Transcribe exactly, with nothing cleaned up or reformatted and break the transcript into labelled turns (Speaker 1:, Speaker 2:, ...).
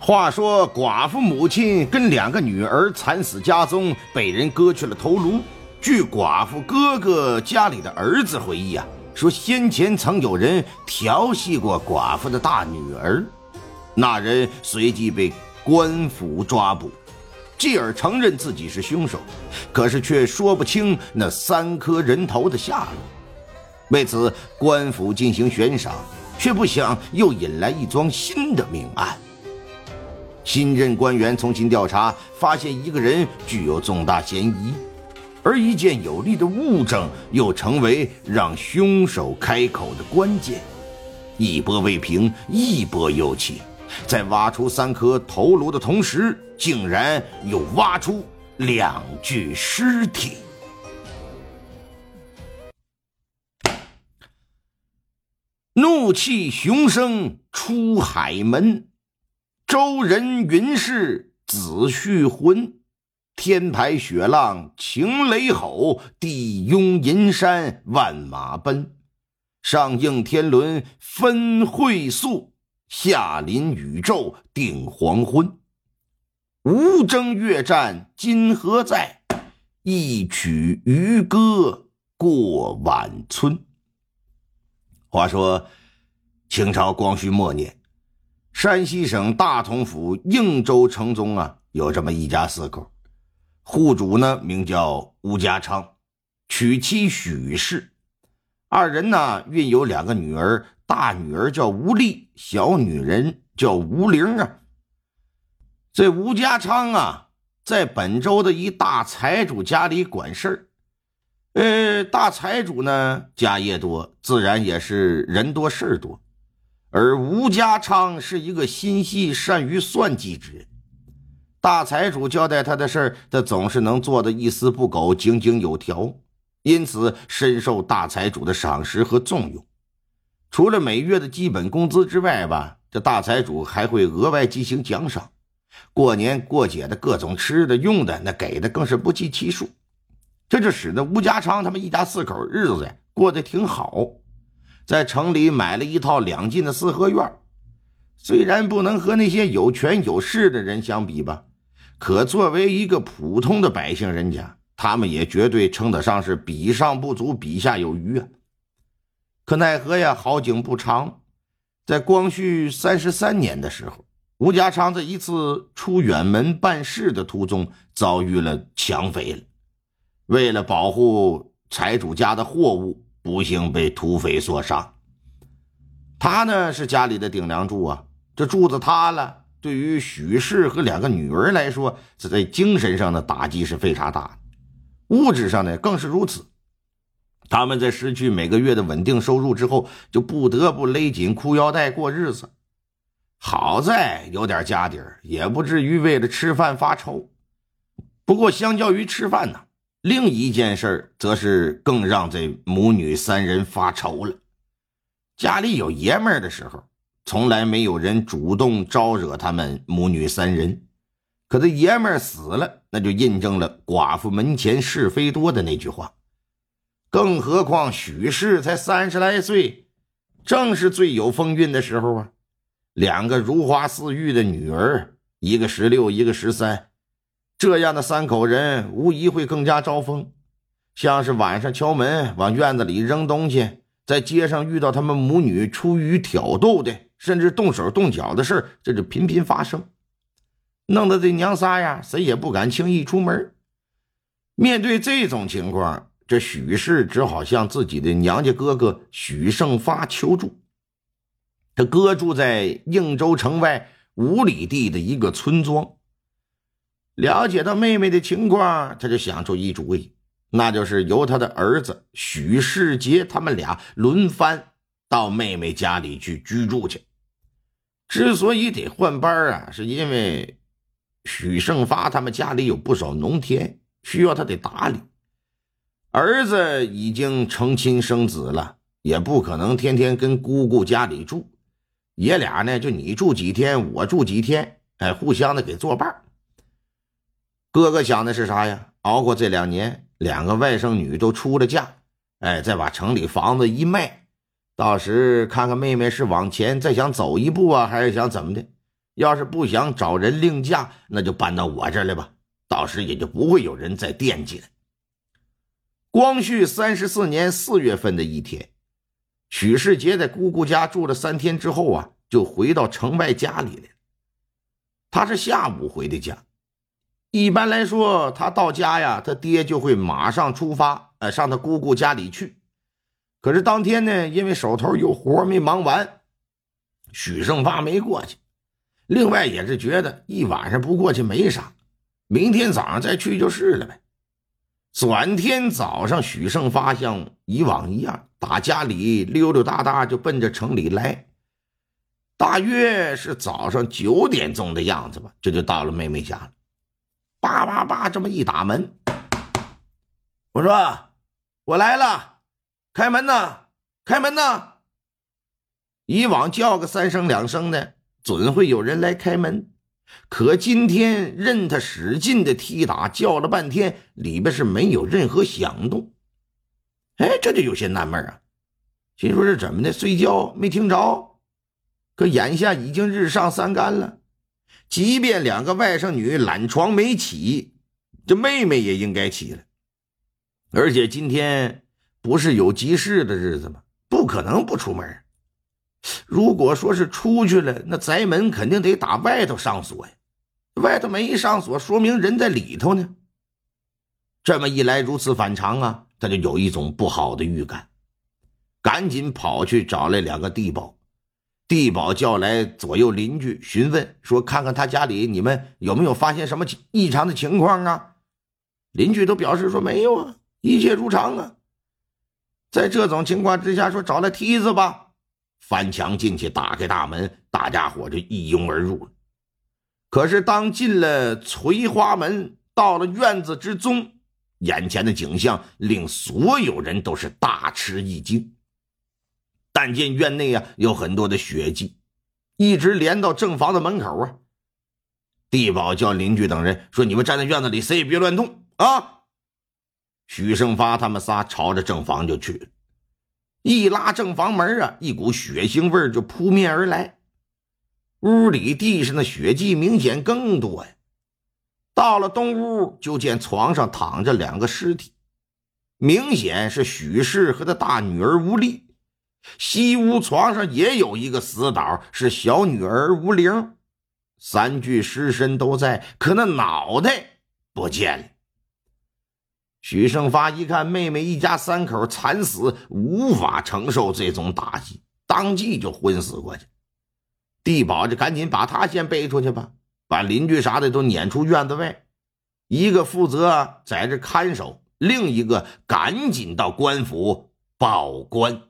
Speaker 1: 话说寡妇母亲跟两个女儿惨死家中，被人割去了头颅。据寡妇哥哥家里的儿子回忆啊，说先前曾有人调戏过寡妇的大女儿，那人随即被官府抓捕，继而承认自己是凶手，可是却说不清那三颗人头的下落。为此官府进行悬赏，却不想又引来一桩新的命案。新任官员重新调查，发现一个人具有重大嫌疑，而一件有力的物证又成为让凶手开口的关键。一波未平，一波又起，在挖出三颗头颅的同时，竟然又挖出两具尸体。怒气熊生出海门，周人云氏子续魂，天排雪浪晴雷吼，地拥银山万马奔。上应天伦分会宿，下临宇宙定黄昏。无争越战今何在，一曲渔歌过晚春。话说清朝光绪末年，山西省大同府应州城中啊，有这么一家四口，户主呢名叫吴家昌，娶妻许氏，二人呢育有两个女儿，大女儿叫吴丽，小女人叫吴玲啊。这吴家昌啊，在本州的一大财主家里管事儿。呃，大财主呢家业多，自然也是人多事多。而吴家昌是一个心细善于算计之人，大财主交代他的事儿，他总是能做得一丝不苟，井井有条，因此深受大财主的赏识和重用。除了每月的基本工资之外吧，这大财主还会额外进行奖赏，过年过节的各种吃的用的，那给的更是不计其数。这就使得吴家昌他们一家四口日子过得挺好，在城里买了一套两进的四合院，虽然不能和那些有权有势的人相比吧，可作为一个普通的百姓人家，他们也绝对称得上是比上不足，比下有余啊。可奈何呀，好景不长，在光绪三十三年的时候，吴家昌在一次出远门办事的途中遭遇了抢匪了。为了保护财主家的货物，不幸被土匪所杀。他呢是家里的顶梁柱啊，这柱子塌了，对于许氏和两个女儿来说，这在精神上的打击是非常大的，物质上呢更是如此。他们在失去每个月的稳定收入之后，就不得不勒紧裤腰带过日子。好在有点家底儿，也不至于为了吃饭发愁。不过相较于吃饭呢，另一件事则是更让这母女三人发愁了。家里有爷们儿的时候，从来没有人主动招惹他们母女三人，可这爷们儿死了，那就印证了寡妇门前是非多的那句话。更何况许氏才三十来岁，正是最有风韵的时候啊。两个如花似玉的女儿，一个十六，一个十三，这样的三口人无疑会更加招风。像是晚上敲门往院子里扔东西，在街上遇到他们母女出于挑逗的，甚至动手动脚的事，这就频频发生，弄得这娘仨呀谁也不敢轻易出门。面对这种情况，这许氏只好向自己的娘家哥哥许胜发求助。他哥住在应州城外五里地的一个村庄，了解到妹妹的情况，他就想出一主意，那就是由他的儿子许世杰他们俩轮番到妹妹家里去居住去。之所以得换班啊，是因为许胜发他们家里有不少农田需要他得打理，儿子已经成亲生子了，也不可能天天跟姑姑家里住，爷俩呢就你住几天我住几天，哎，互相的给作伴。哥哥想的是啥呀？熬过这两年，两个外甥女都出了嫁，哎，再把城里房子一卖，到时看看妹妹是往前再想走一步啊，还是想怎么的， 要是不想找人另嫁，那就搬到我这儿来吧，到时也就不会有人再惦记了。光绪三十四年四月份的一天，许世杰在姑姑家住了三天之后啊，就回到城外家里来了。他是下午回的家，一般来说他到家呀，他爹就会马上出发，呃，上他姑姑家里去。可是当天呢，因为手头有活没忙完，许胜发没过去。另外也是觉得一晚上不过去没啥，明天早上再去就是了呗。转天早上，许胜发像以往一样打家里溜溜达达就奔着城里来，大约是早上九点钟的样子吧，这就到了妹妹家了。叭叭叭这么一打门，我说我来了，开门呐，开门呐。以往叫个三声两声的准会有人来开门，可今天任他使劲的踢打，叫了半天，里边是没有任何响动。哎，这就有些纳闷啊，心说是怎么的，睡觉没听着？可眼下已经日上三竿了，即便两个外甥女懒床没起，这妹妹也应该起了。而且今天不是有急事的日子吗？不可能不出门。如果说是出去了，那宅门肯定得打外头上锁呀，外头没上锁，说明人在里头呢。这么一来如此反常啊，他就有一种不好的预感，赶紧跑去找来两个地保。地保叫来左右邻居询问，说看看他家里你们有没有发现什么异常的情况啊。邻居都表示说没有啊，一切如常啊。在这种情况之下，说找来梯子吧，翻墙进去，打开大门，大家伙就一拥而入了。可是当进了垂花门，到了院子之中，眼前的景象令所有人都是大吃一惊。但见院内啊有很多的血迹，一直连到正房的门口啊。地保叫邻居等人说，你们站在院子里，谁也别乱动啊。许胜发他们仨朝着正房就去了。一拉正房门啊，一股血腥味就扑面而来。屋里地上的血迹明显更多呀。到了东屋，就见床上躺着两个尸体，明显是许氏和他大女儿吴丽。西屋床上也有一个死倒，是小女儿吴玲。三具尸身都在，可那脑袋不见了。许胜发一看妹妹一家三口惨死，无法承受这种打击，当即就昏死过去。地保就赶紧把他先背出去吧，把邻居啥的都撵出院子外，一个负责在这看守，另一个赶紧到官府报官。